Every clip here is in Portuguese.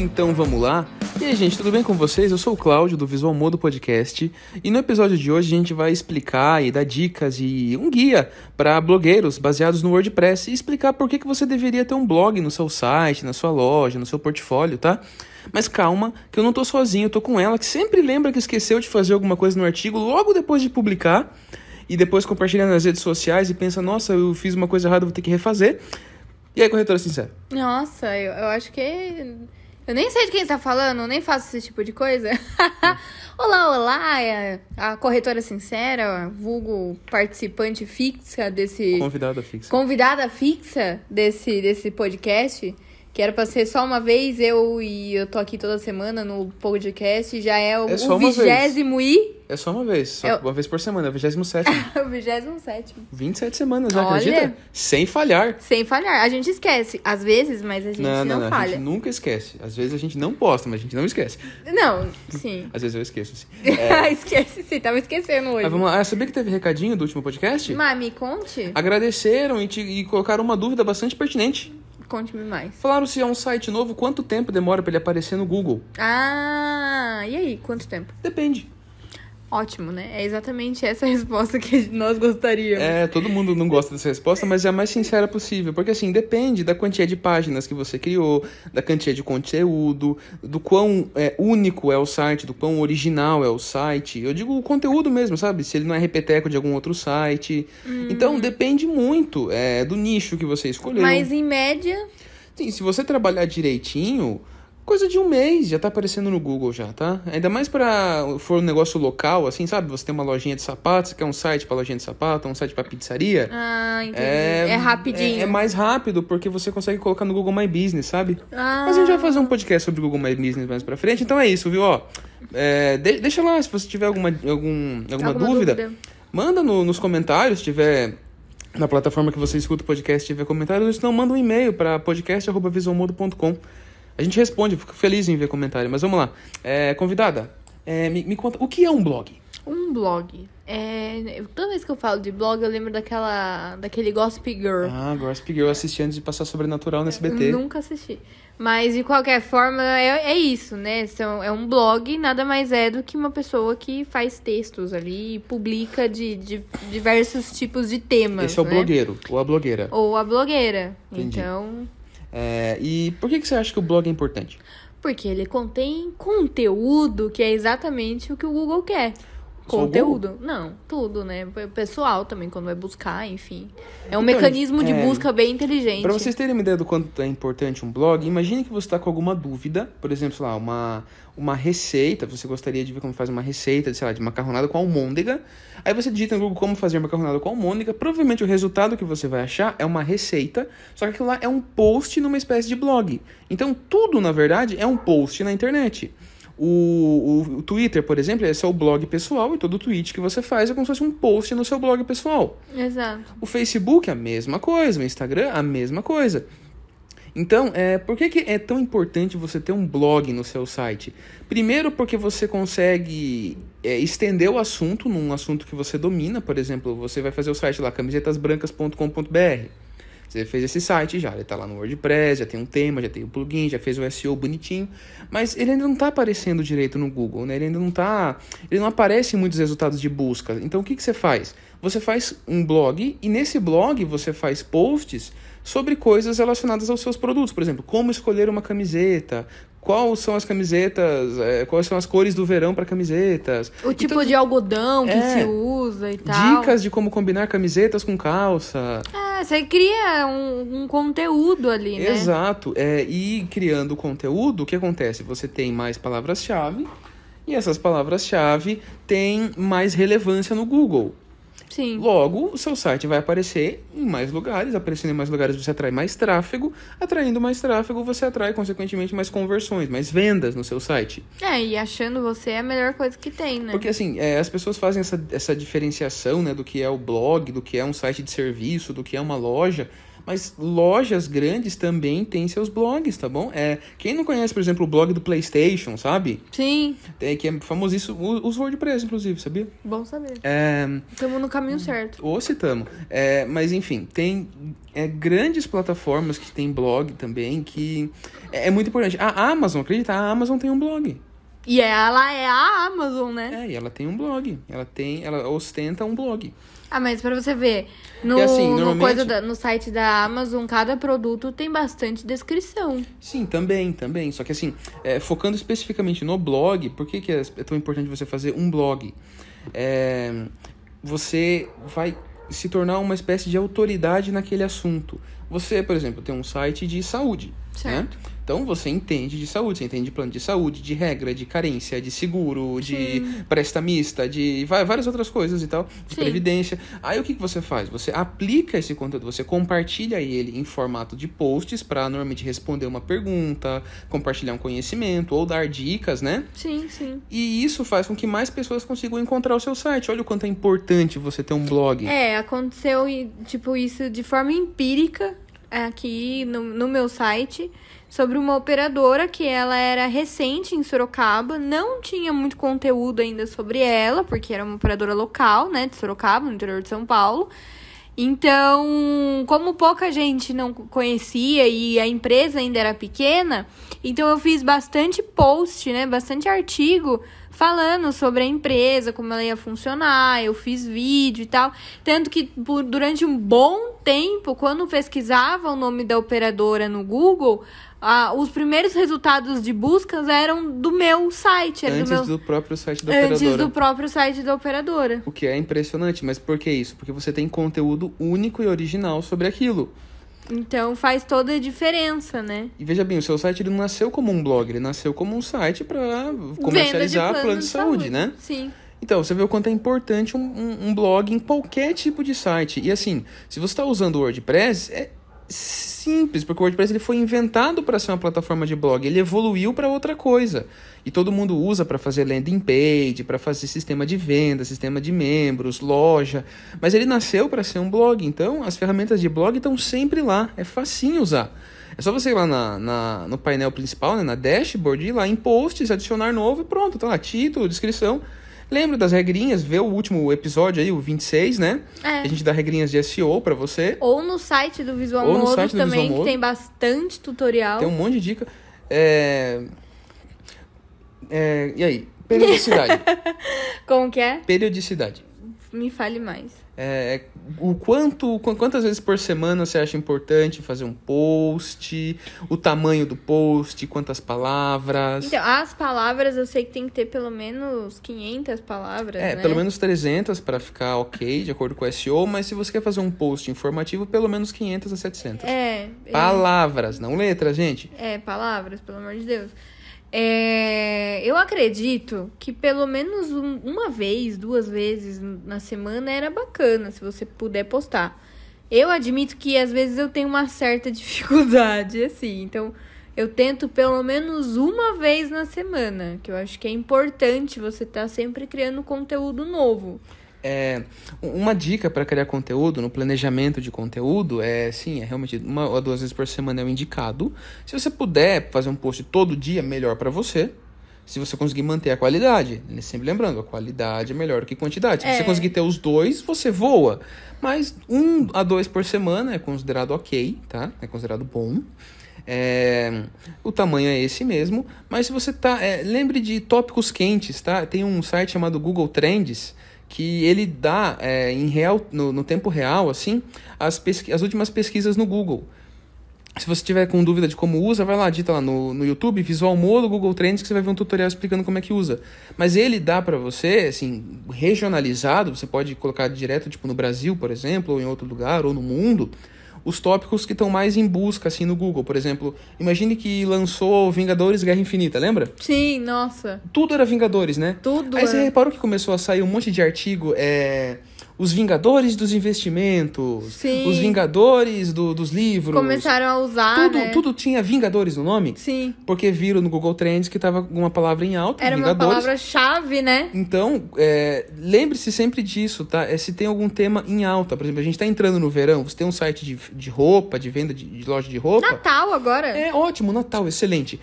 Então vamos lá? E aí, gente, tudo bem com vocês? Eu sou o Cláudio, do Visual Modo Podcast, e no episódio de hoje a gente vai explicar e dar dicas e um guia para blogueiros baseados no WordPress e explicar por que você deveria ter um blog no seu site, na sua loja, no seu portfólio, tá? Mas calma, que eu não tô sozinho, eu tô com ela, que sempre lembra que esqueceu de fazer alguma coisa no artigo logo depois de publicar, e depois compartilha nas redes sociais e pensa, nossa, eu fiz uma coisa errada, vou ter que refazer. E aí, corretora sincera? Nossa, eu acho que... Eu nem sei de quem você tá falando, eu nem faço esse tipo de coisa. Olá, é a corretora sincera, vulgo participante fixa desse... Convidada fixa desse podcast, que era pra ser só uma vez, eu tô aqui toda semana no podcast, já é o 20º e... É só uma vez, uma vez por semana, é o 27º. O 27º. 27 semanas, já, olha, acredita? Sem falhar. Sem falhar. A gente esquece, às vezes, mas a gente não falha. A gente nunca esquece. Às vezes a gente não posta, mas a gente não esquece. Não, sim. Às vezes eu esqueço, sim. Esquece sim, tava esquecendo hoje. Mas vamos lá, sabia que teve recadinho do último podcast? Mas me conte. Agradeceram e colocaram uma dúvida bastante pertinente. Conte-me mais. Falaram se é um site novo, quanto tempo demora pra ele aparecer no Google? Ah, e aí, quanto tempo? Depende. Ótimo, né? É exatamente essa a resposta que nós gostaríamos. Todo mundo não gosta dessa resposta, mas é a mais sincera possível. Porque, assim, depende da quantia de páginas que você criou, da quantia de conteúdo, do quão único é o site, do quão original é o site. Eu digo o conteúdo mesmo, sabe? Se ele não é repeteco de algum outro site. Então, depende muito do nicho que você escolheu. Mas, em média... Sim, se você trabalhar direitinho... Coisa de um mês, já tá aparecendo no Google já, tá? Ainda mais pra for um negócio local, assim, sabe? Você tem uma lojinha de sapatos, você quer um site pra lojinha de sapato, um site pra pizzaria. Ah, entendi. É rapidinho. É mais rápido, porque você consegue colocar no Google My Business, sabe? Mas a gente vai fazer um podcast sobre o Google My Business mais pra frente. Então é isso, viu? Ó, deixa lá, se você tiver alguma dúvida, manda nos comentários, se tiver... Na plataforma que você escuta o podcast, se tiver comentários, ou senão manda um e-mail pra podcast@visualmodo.com. A gente responde, fico feliz em ver comentário. Mas vamos lá. Convidada, me conta, o que é um blog? Um blog. Toda vez que eu falo de blog, eu lembro daquele Gossip Girl. Ah, Gossip Girl, eu assisti antes de passar Sobrenatural no SBT. Eu nunca assisti. Mas, de qualquer forma, é isso, né? É um blog, nada mais é do que uma pessoa que faz textos ali e publica de diversos tipos de temas. Esse é o blogueiro, ou a blogueira. Ou a blogueira. Entendi. Então... E por que você acha que o blog é importante? Porque ele contém conteúdo que é exatamente o que o Google quer. Só Conteúdo? Não, tudo, né? Pessoal também, quando vai buscar, enfim. É um mecanismo de busca bem inteligente. Para vocês terem uma ideia do quanto é importante um blog, imagine que você está com alguma dúvida, por exemplo, sei lá, uma receita, você gostaria de ver como faz uma receita, sei lá, de macarronada com almôndega. Aí você digita no Google como fazer macarronada com almôndega, provavelmente o resultado que você vai achar é uma receita, só que aquilo lá é um post numa espécie de blog. Então tudo, na verdade, é um post na internet. O Twitter, por exemplo, esse é o blog pessoal e todo tweet que você faz é como se fosse um post no seu blog pessoal. Exato. O Facebook, a mesma coisa. O Instagram, a mesma coisa. Então, por que é tão importante você ter um blog no seu site? Primeiro, porque você consegue estender o assunto num assunto que você domina. Por exemplo, você vai fazer o site lá, camisetasbrancas.com.br. Você fez esse site já, ele tá lá no WordPress, já tem um tema, já tem o plugin, já fez o SEO bonitinho, mas ele ainda não tá aparecendo direito no Google, né? Ele não aparece em muitos resultados de busca. Então o que você faz? Você faz um blog e nesse blog você faz posts sobre coisas relacionadas aos seus produtos. Por exemplo, como escolher uma camiseta, quais são as camisetas, quais são as cores do verão para camisetas. O tipo de algodão que se usa e tal. Dicas de como combinar camisetas com calça. Você cria um conteúdo ali, né? Exato. E criando conteúdo, o que acontece? Você tem mais palavras-chave e essas palavras-chave têm mais relevância no Google. Sim. Logo, o seu site vai aparecer em mais lugares. Aparecendo em mais lugares, você atrai mais tráfego. Atraindo mais tráfego, você atrai, consequentemente, mais conversões, mais vendas no seu site. E achando você é a melhor coisa que tem, né? Porque, assim, as pessoas fazem essa diferenciação, né, do que é o blog, do que é um site de serviço, do que é uma loja. Mas lojas grandes também têm seus blogs, tá bom? Quem não conhece, por exemplo, o blog do PlayStation, sabe? Sim. Que é famosíssimo, os WordPress, inclusive, sabia? Bom saber. Estamos no caminho certo. Ou citamos. Mas, enfim, tem grandes plataformas que tem blog também, que é muito importante. A Amazon, acredita? A Amazon tem um blog. E ela é a Amazon, né? E ela tem um blog. Ela ostenta um blog. Mas pra você ver, no site da Amazon, cada produto tem bastante descrição. Sim, também. Só que assim, focando especificamente no blog, por que é tão importante você fazer um blog? Você vai se tornar uma espécie de autoridade naquele assunto. Você, por exemplo, tem um site de saúde, certo? Né? Então, você entende de saúde, você entende de plano de saúde, de regra, de carência, de seguro, de prestamista, de várias outras coisas e tal, de previdência. Aí, o que você faz? Você aplica esse conteúdo, você compartilha ele em formato de posts para normalmente responder uma pergunta, compartilhar um conhecimento ou dar dicas, né? Sim. E isso faz com que mais pessoas consigam encontrar o seu site. Olha o quanto é importante você ter um blog. Aconteceu, isso de forma empírica aqui no meu site, sobre uma operadora que ela era recente em Sorocaba, não tinha muito conteúdo ainda sobre ela, porque era uma operadora local, né, de Sorocaba, no interior de São Paulo. Então, como pouca gente não conhecia e a empresa ainda era pequena, então eu fiz bastante post, né, bastante artigo falando sobre a empresa, como ela ia funcionar, eu fiz vídeo e tal. Tanto que durante um bom tempo, quando pesquisava o nome da operadora no Google, os primeiros resultados de buscas eram do meu site. Antes do próprio site da operadora. Antes do próprio site da operadora. O que é impressionante. Mas por que isso? Porque você tem conteúdo único e original sobre aquilo. Então faz toda a diferença, né? E veja bem, o seu site ele não nasceu como um blog, ele nasceu como um site para comercializar plano de saúde, né? Sim. Então, você vê o quanto é importante um blog em qualquer tipo de site. E assim, se você está usando o WordPress, é simples, porque o WordPress ele foi inventado para ser uma plataforma de blog, ele evoluiu para outra coisa. E todo mundo usa para fazer landing page, para fazer sistema de venda, sistema de membros, loja. Mas ele nasceu para ser um blog, então as ferramentas de blog estão sempre lá, é facinho usar. É só você ir lá no painel principal, né, na dashboard, ir lá em posts, adicionar novo e pronto, tá lá, título, descrição. Lembra das regrinhas, vê o último episódio aí, o 26, né? A gente dá regrinhas de SEO pra você. Ou no site do Visual Mode também, que tem bastante tutorial. Tem um monte de dica. E aí? Periodicidade. Como que é? Periodicidade. Me fale mais. Quantas vezes por semana você acha importante fazer um post, o tamanho do post, quantas palavras. Então, as palavras eu sei que tem que ter pelo menos 500 palavras, né? Pelo menos 300 para ficar ok, de acordo com o SEO, mas se você quer fazer um post informativo, pelo menos 500 a 700. Palavras, não letras, gente. Palavras, pelo amor de Deus. Eu acredito que pelo menos uma vez, 2 vezes na semana era bacana, se você puder postar. Eu admito que às vezes eu tenho uma certa dificuldade, assim. Então, eu tento pelo menos uma vez na semana, que eu acho que é importante você estar sempre criando conteúdo novo. Uma dica para criar conteúdo, no planejamento de conteúdo, realmente 1 ou 2 vezes por semana é o indicado. Se você puder fazer um post todo dia, melhor para você. Se você conseguir manter a qualidade. Sempre lembrando, a qualidade é melhor que quantidade. Se você conseguir ter os 2, você voa. Mas 1 a 2 por semana é considerado ok, tá? É considerado bom. O tamanho é esse mesmo. Mas se você lembre de tópicos quentes, tá? Tem um site chamado Google Trends, que ele dá no tempo real, assim, as últimas pesquisas no Google. Se você tiver com dúvida de como usa, vai lá, digita lá no YouTube, Visual Mode, Google Trends, que você vai ver um tutorial explicando como é que usa. Mas ele dá pra você, assim, regionalizado, você pode colocar direto, tipo, no Brasil, por exemplo, ou em outro lugar, ou no mundo, os tópicos que estão mais em busca, assim, no Google. Por exemplo, imagine que lançou Vingadores Guerra Infinita, lembra? Sim, nossa. Tudo era Vingadores, né? Tudo. Aí você reparou que começou a sair um monte de artigo, os Vingadores dos Investimentos, Sim. os Vingadores dos livros. Começaram a usar, né? Tudo tinha Vingadores no nome. Sim. Porque viram no Google Trends que tava uma palavra em alta, Era Vingadores. uma palavra-chave, né? Então, lembre-se sempre disso, tá? Se tem algum tema em alta. Por exemplo, a gente tá entrando no verão, você tem um site de roupa, de venda de loja de roupa. Natal agora. É ótimo, Natal, excelente.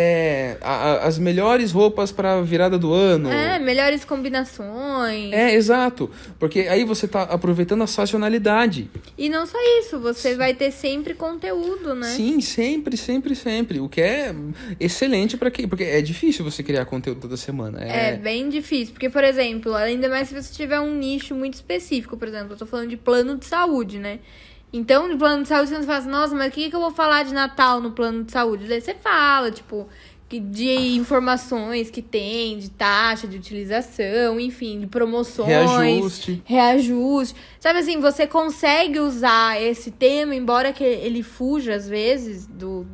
As melhores roupas para virada do ano. Melhores combinações. Exato. Porque aí você tá aproveitando a sazonalidade. E não só isso, você vai ter sempre conteúdo, né? Sim, sempre, sempre, sempre. O que é excelente para quê? Porque é difícil você criar conteúdo toda semana. É bem difícil. Porque, por exemplo, ainda mais se você tiver um nicho muito específico. Por exemplo, eu tô falando de plano de saúde, né? Então, no plano de saúde, você fala assim, nossa, mas o que eu vou falar de Natal no plano de saúde? Daí você fala, tipo, de informações que tem, de taxa de utilização, enfim, de promoções. Reajuste. Sabe assim, você consegue usar esse tema, embora que ele fuja, às vezes,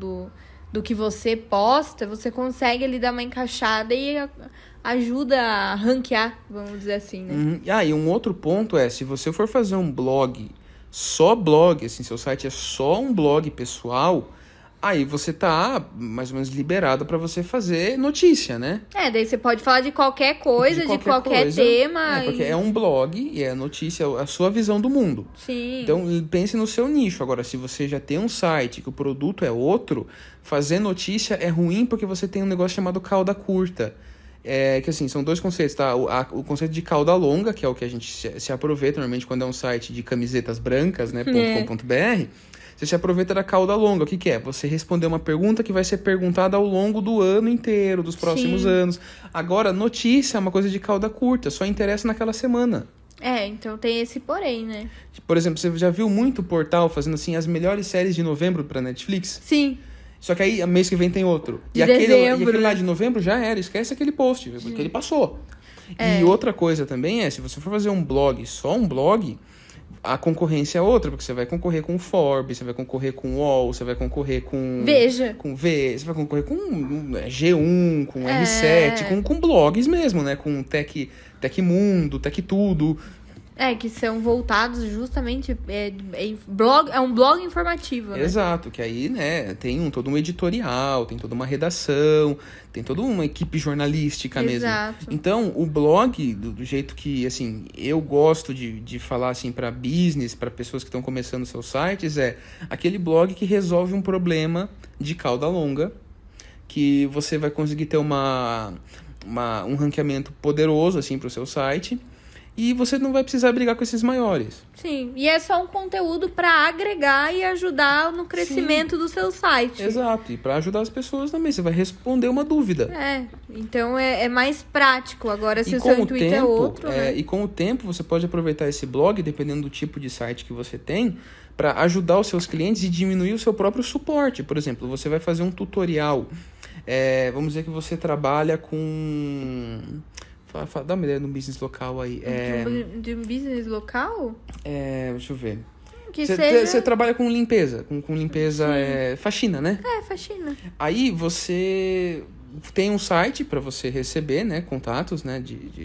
do que você posta, você consegue ali dar uma encaixada e ajuda a ranquear, vamos dizer assim, né? E um outro ponto se você for fazer um blog, só blog, assim, seu site é só um blog pessoal, aí você tá mais ou menos liberado para você fazer notícia, né? Daí você pode falar de qualquer coisa, de qualquer tema. Porque é um blog e é notícia, a sua visão do mundo. Sim. Então, pense no seu nicho. Agora, se você já tem um site que o produto é outro, fazer notícia é ruim porque você tem um negócio chamado cauda curta. Que assim, são dois conceitos, tá? O conceito de cauda longa, que é o que a gente se aproveita normalmente quando é um site de camisetas brancas, né? .com.br. Você se aproveita da cauda longa. O que é? Você responder uma pergunta que vai ser perguntada ao longo do ano inteiro, dos próximos anos. Agora, notícia é uma coisa de cauda curta, só interessa naquela semana. Então tem esse porém, né? Por exemplo, você já viu muito portal fazendo assim as melhores séries de novembro pra Netflix? Sim. Só que aí, mês que vem tem outro. E aquele lá de novembro já era. Esquece aquele post, porque ele passou. E outra coisa também se você for fazer um blog, só um blog, a concorrência é outra, porque você vai concorrer com o Forbes, você vai concorrer com o UOL, você vai concorrer com... Veja. Você vai concorrer com G1, com R7, com blogs mesmo, né? Com Tecmundo, Tech Tudo... que são voltados justamente... É um blog informativo, né? Exato, que aí, né, tem todo um editorial, tem toda uma redação, tem toda uma equipe jornalística mesmo. Exato. Então, o blog, do jeito que, assim, eu gosto de falar, assim, para business, para pessoas que estão começando seus sites, é aquele blog que resolve um problema de cauda longa, que você vai conseguir ter um ranqueamento poderoso, assim, para o seu site. E você não vai precisar brigar com esses maiores. Sim, e é só um conteúdo para agregar e ajudar no crescimento do seu site. Exato, e para ajudar as pessoas também. Você vai responder uma dúvida. Então é mais prático. Agora, se o seu intuito é outro, né? E com o tempo, você pode aproveitar esse blog, dependendo do tipo de site que você tem, para ajudar os seus clientes e diminuir o seu próprio suporte. Por exemplo, você vai fazer um tutorial. Vamos dizer que você trabalha com... Dá uma ideia de um business local aí. De um business local? Deixa eu ver. Você trabalha com limpeza. Com limpeza, faxina, né? Faxina. Aí você tem um site para você receber, né, contatos, né,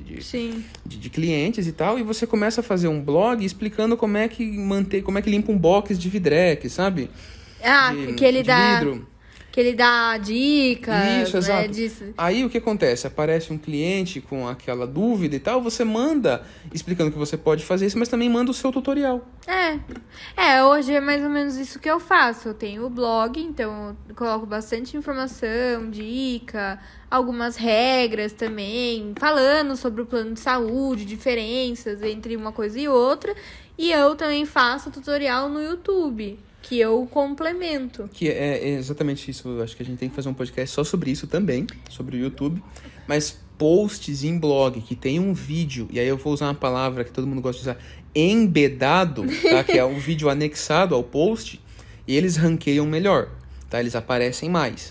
de clientes e tal. E você começa a fazer um blog explicando como é que limpa um box de vidrex, sabe? Que ele dá... vidro. Que ele dá dicas. Isso, exato. Aí o que acontece? Aparece um cliente com aquela dúvida e tal, você manda explicando que você pode fazer isso, mas também manda o seu tutorial. Hoje é mais ou menos isso que eu faço. Eu tenho o blog, então eu coloco bastante informação, dica, algumas regras também, falando sobre o plano de saúde, diferenças entre uma coisa e outra. E eu também faço tutorial no YouTube, que eu complemento. Que é exatamente isso. Eu acho que a gente tem que fazer um podcast só sobre isso também, sobre o YouTube. Mas posts em blog que tem um vídeo, e aí eu vou usar uma palavra que todo mundo gosta de usar, embedado, tá? Que é um vídeo anexado ao post, e eles ranqueiam melhor, tá? Eles aparecem mais.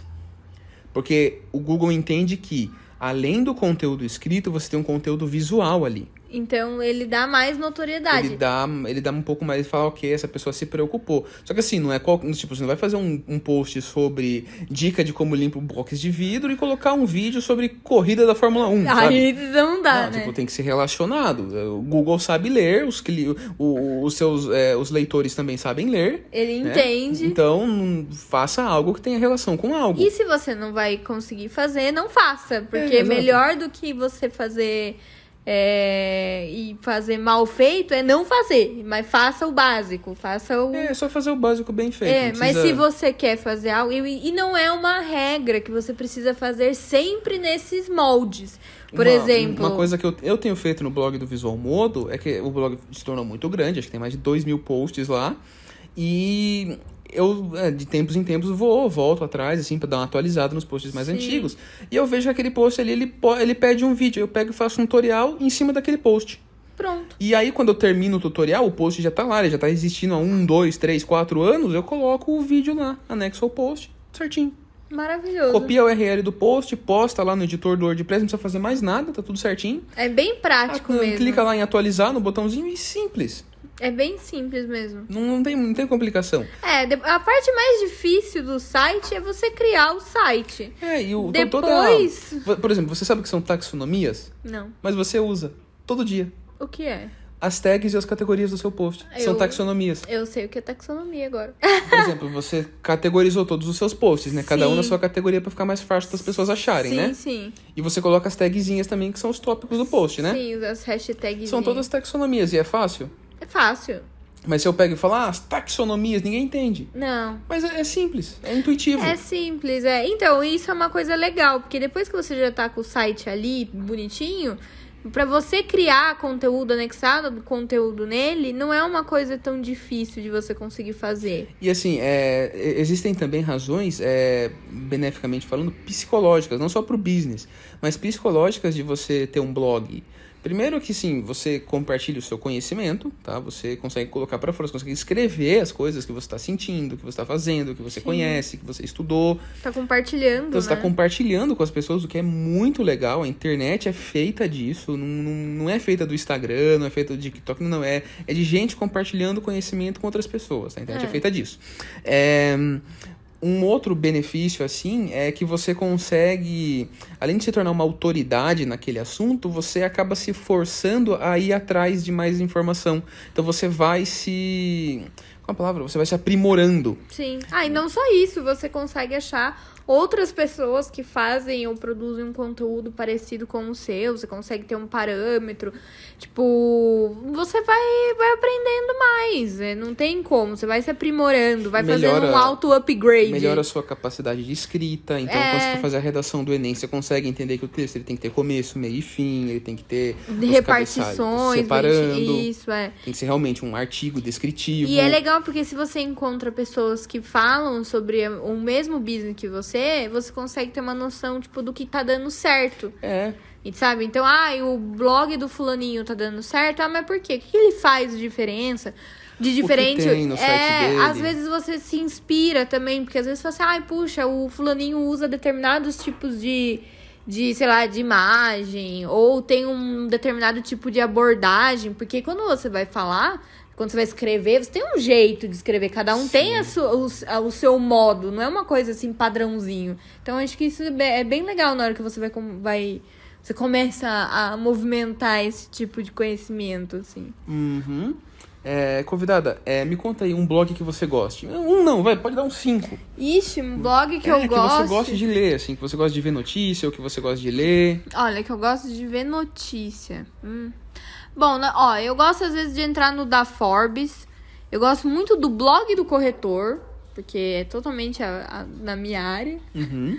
Porque o Google entende que, além do conteúdo escrito, você tem um conteúdo visual ali. Então, ele dá mais notoriedade. Ele dá um pouco mais e fala, ok, essa pessoa se preocupou. Só que assim, não é tipo, você não vai fazer um post sobre dica de como limpa um box de vidro e colocar um vídeo sobre corrida da Fórmula 1, sabe? Aí não dá, né? Tipo, tem que ser relacionado. O Google sabe ler, os leitores também sabem ler. Ele né? entende. Então, faça algo que tenha relação com algo. E se você não vai conseguir fazer, não faça. Porque exato. melhor do que você fazer e fazer mal feito é não fazer. Mas faça o básico. Faça o... É só fazer o básico bem feito. Mas se você quer fazer algo... E não é uma regra que você precisa fazer sempre nesses moldes. Por exemplo... Uma coisa que eu tenho feito no blog do Visual Modo é que o blog se tornou muito grande. Acho que tem mais de 2.000 posts lá. E... eu, de tempos em tempos, volto atrás, assim, pra dar uma atualizada nos posts mais antigos. E eu vejo que aquele post ali, ele pede um vídeo. Eu pego e faço um tutorial em cima daquele post. Pronto. E aí, quando eu termino o tutorial, o post já tá lá, ele já tá existindo há 1, 2, 3, 4 anos, eu coloco o vídeo lá, anexo ao post, certinho. Maravilhoso. Copia o URL do post, posta lá no editor do WordPress, não precisa fazer mais nada, tá tudo certinho. É bem prático mesmo. Clica lá em atualizar no botãozinho e simples. É bem simples mesmo. Não tem complicação. A parte mais difícil do site é você criar o site. Depois... Por exemplo, você sabe o que são taxonomias? Não. Mas você usa todo dia. O que é? As tags e as categorias do seu post. São taxonomias. Eu sei o que é taxonomia agora. Por exemplo, você categorizou todos os seus posts, né? Cada um na sua categoria pra ficar mais fácil das pessoas acharem, né? Sim. E você coloca as tagzinhas também, que são os tópicos do post, né? Sim, as hashtags. São todas taxonomias e é fácil. É fácil. Mas se eu pego e falo, as taxonomias, ninguém entende. Não. Mas é simples, é intuitivo. É simples, Então, isso é uma coisa legal, porque depois que você já tá com o site ali, bonitinho, pra você criar conteúdo anexado, conteúdo nele, não é uma coisa tão difícil de você conseguir fazer. E assim, existem também razões, beneficamente falando, psicológicas, não só pro business, mas psicológicas de você ter um blog. Primeiro que sim, você compartilha o seu conhecimento, tá? Você consegue colocar para fora, você consegue escrever as coisas que você está sentindo, que você está fazendo, que você conhece, que você estudou. Tá compartilhando, então, você está compartilhando com as pessoas, o que é muito legal. A internet é feita disso, não é feita do Instagram, não é feita do TikTok, não é. É de gente compartilhando conhecimento com outras pessoas. A internet é feita disso. Um outro benefício, assim, é que você consegue, além de se tornar uma autoridade naquele assunto, você acaba se forçando a ir atrás de mais informação. Então você vai qual a palavra? Você vai se aprimorando. Sim. E não só isso, você consegue achar outras pessoas que fazem ou produzem um conteúdo parecido com o seu, você consegue ter um parâmetro, tipo, você vai aprendendo mais, não tem como, você vai se aprimorando, vai fazendo um auto-upgrade. Melhora a sua capacidade de escrita, então quando você for fazer a redação do Enem, você consegue entender que o texto ele tem que ter começo, meio e fim, ele tem que ter repartições, separando, isso, tem que ser realmente um artigo descritivo. E é legal porque se você encontra pessoas que falam sobre o mesmo business que você consegue ter uma noção, tipo, do que tá dando certo. E sabe? Então, o blog do fulaninho tá dando certo. Mas por quê? O que ele faz de diferença? De diferente. O que tem no site dele? Às vezes você se inspira também, porque às vezes você fala assim, puxa, o fulaninho usa determinados tipos de, sei lá, de imagem, ou tem um determinado tipo de abordagem, porque quando você vai falar... Quando você vai escrever, você tem um jeito de escrever. Cada um tem o seu modo. Não é uma coisa assim, padrãozinho. Então, acho que isso é bem legal na hora que você você começa a movimentar esse tipo de conhecimento, assim. Uhum. Convidada, me conta aí um blog que você goste. Pode dar uns 5. Ixi, um blog que eu gosto. Que você gosta de ler, assim, que você gosta de ver notícia, ou que você gosta de ler. Olha, que eu gosto de ver notícia. Bom, eu gosto às vezes de entrar no da Forbes. Eu gosto muito do blog do corretor, porque é totalmente na minha área. Uhum.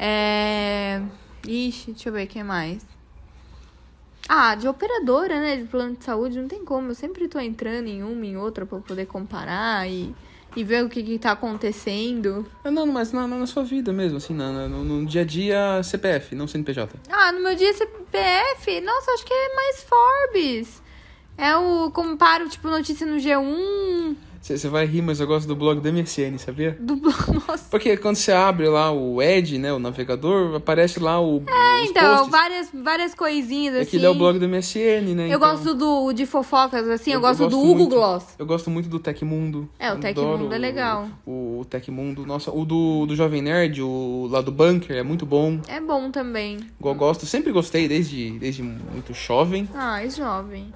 Ixi, deixa eu ver o que mais. De operadora, né? De plano de saúde, não tem como. Eu sempre tô entrando em uma, em outra pra poder comparar e ver o que tá acontecendo. Não, mas na sua vida mesmo, assim, no dia a dia, CPF, não CNPJ. No meu dia CPF, nossa, acho que é mais Forbes. Comparo, tipo, notícia no G1. Você vai rir, mas eu gosto do blog do MSN, sabia? Nossa. Porque quando você abre lá o Edge, né, o navegador, aparece lá os Então, posts. várias coisinhas assim. Aquele é o blog do MSN, né? Eu gosto de fofocas, assim, eu gosto do Hugo muito, Gloss. Eu gosto muito do Tecmundo. O Tecmundo é legal. O Tecmundo, nossa, o do Jovem Nerd, o lá do Bunker, é muito bom. É bom também. Eu gosto, sempre gostei, desde muito jovem. É jovem.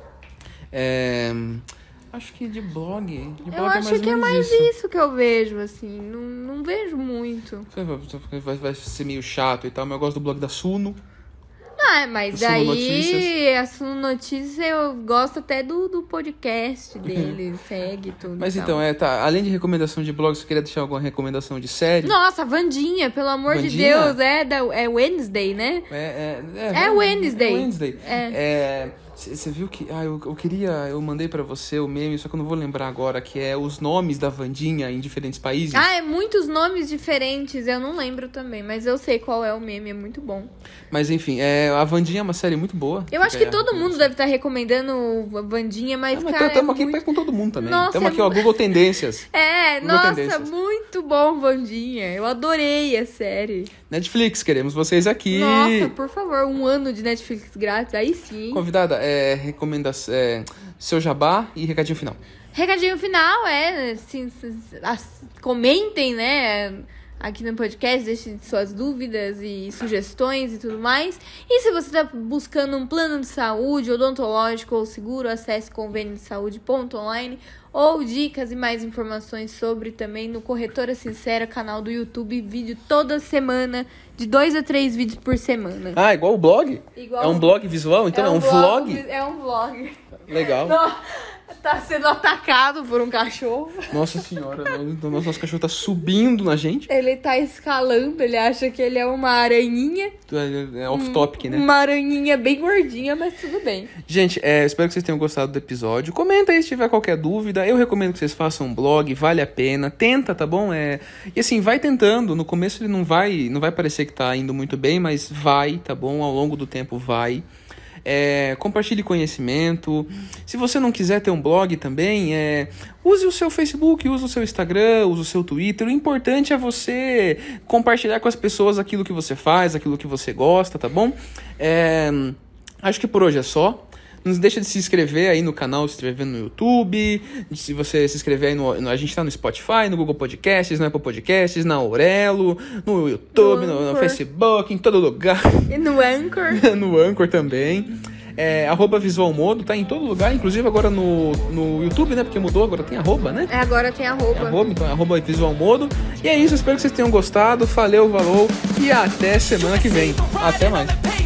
Acho que de blog. Eu acho que é mais isso que eu vejo, assim. Não vejo muito. Vai ser meio chato e tal, mas eu gosto do blog da Suno. Mas daí a Suno Notícias eu gosto até do podcast dele, segue tudo. Mas então, além de recomendação de blog, você queria deixar alguma recomendação de série? Nossa, Wandinha, pelo amor de Deus, é Wednesday, né? É Wednesday. É Wednesday. Você viu que... eu mandei pra você o meme, só que eu não vou lembrar agora, que é os nomes da Wandinha em diferentes países. É muitos nomes diferentes, eu não lembro também, mas eu sei qual é o meme, é muito bom. Mas enfim, a Wandinha é uma série muito boa. Eu acho que todo mundo deve estar recomendando a Wandinha, mas cara... Estamos aqui com todo mundo também. Nossa, Estamos aqui, Google Tendências. Google Tendências. Muito bom, Wandinha. Eu adorei a série. Netflix, queremos vocês aqui. Nossa, por favor, 1 ano de Netflix grátis, aí sim. Convidada, recomendação, seu jabá e recadinho final. Recadinho final comentem, né, aqui no podcast, deixem suas dúvidas e sugestões e tudo mais. E se você está buscando um plano de saúde odontológico ou seguro, acesse convêniodesaude.online ou dicas e mais informações sobre também no Corretora Sincera, canal do YouTube, vídeo toda semana, de 2 a 3 vídeos por semana. Igual o blog? Igual é um blog visual? Então é um vlog? É um vlog. Legal. Tá sendo atacado por um cachorro. Nossa senhora, nosso cachorro tá subindo na gente. Ele tá escalando, ele acha que ele é uma aranhinha. É off-topic, né? Uma aranhinha bem gordinha, mas tudo bem. Gente, espero que vocês tenham gostado do episódio. Comenta aí se tiver qualquer dúvida. Eu recomendo que vocês façam um blog, vale a pena. Tenta, tá bom? E assim, vai tentando. No começo ele não vai parecer que tá indo muito bem, mas vai, tá bom? Ao longo do tempo vai. Compartilhe conhecimento. Se você não quiser ter um blog também, use o seu Facebook, use o seu Instagram, use o seu Twitter. O importante é você compartilhar com as pessoas aquilo que você faz, aquilo que você gosta, tá bom? Acho que por hoje é só. Não deixa de se inscrever aí no canal, se inscrever no YouTube. Se você se inscrever aí a gente tá no Spotify, no Google Podcasts, no Apple Podcasts, na Aurelo, no YouTube, no Facebook, em todo lugar. E no Anchor. No Anchor também. @visualmodo, tá em todo lugar, inclusive agora no YouTube, né? Porque mudou, agora tem arroba, né? Agora tem arroba. Então é @visualmodo. E é isso, espero que vocês tenham gostado. Valeu, e até semana que vem. Até mais.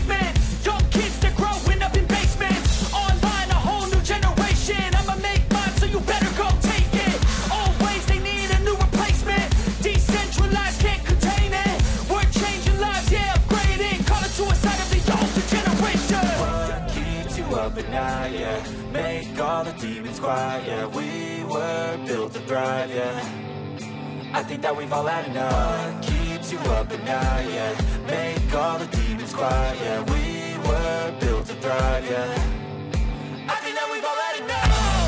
Make all the demons quiet, yeah. We were built to thrive, yeah. I think that we've all had enough. What keeps you up at night, yeah. Make all the demons quiet, yeah. We were built to thrive, yeah.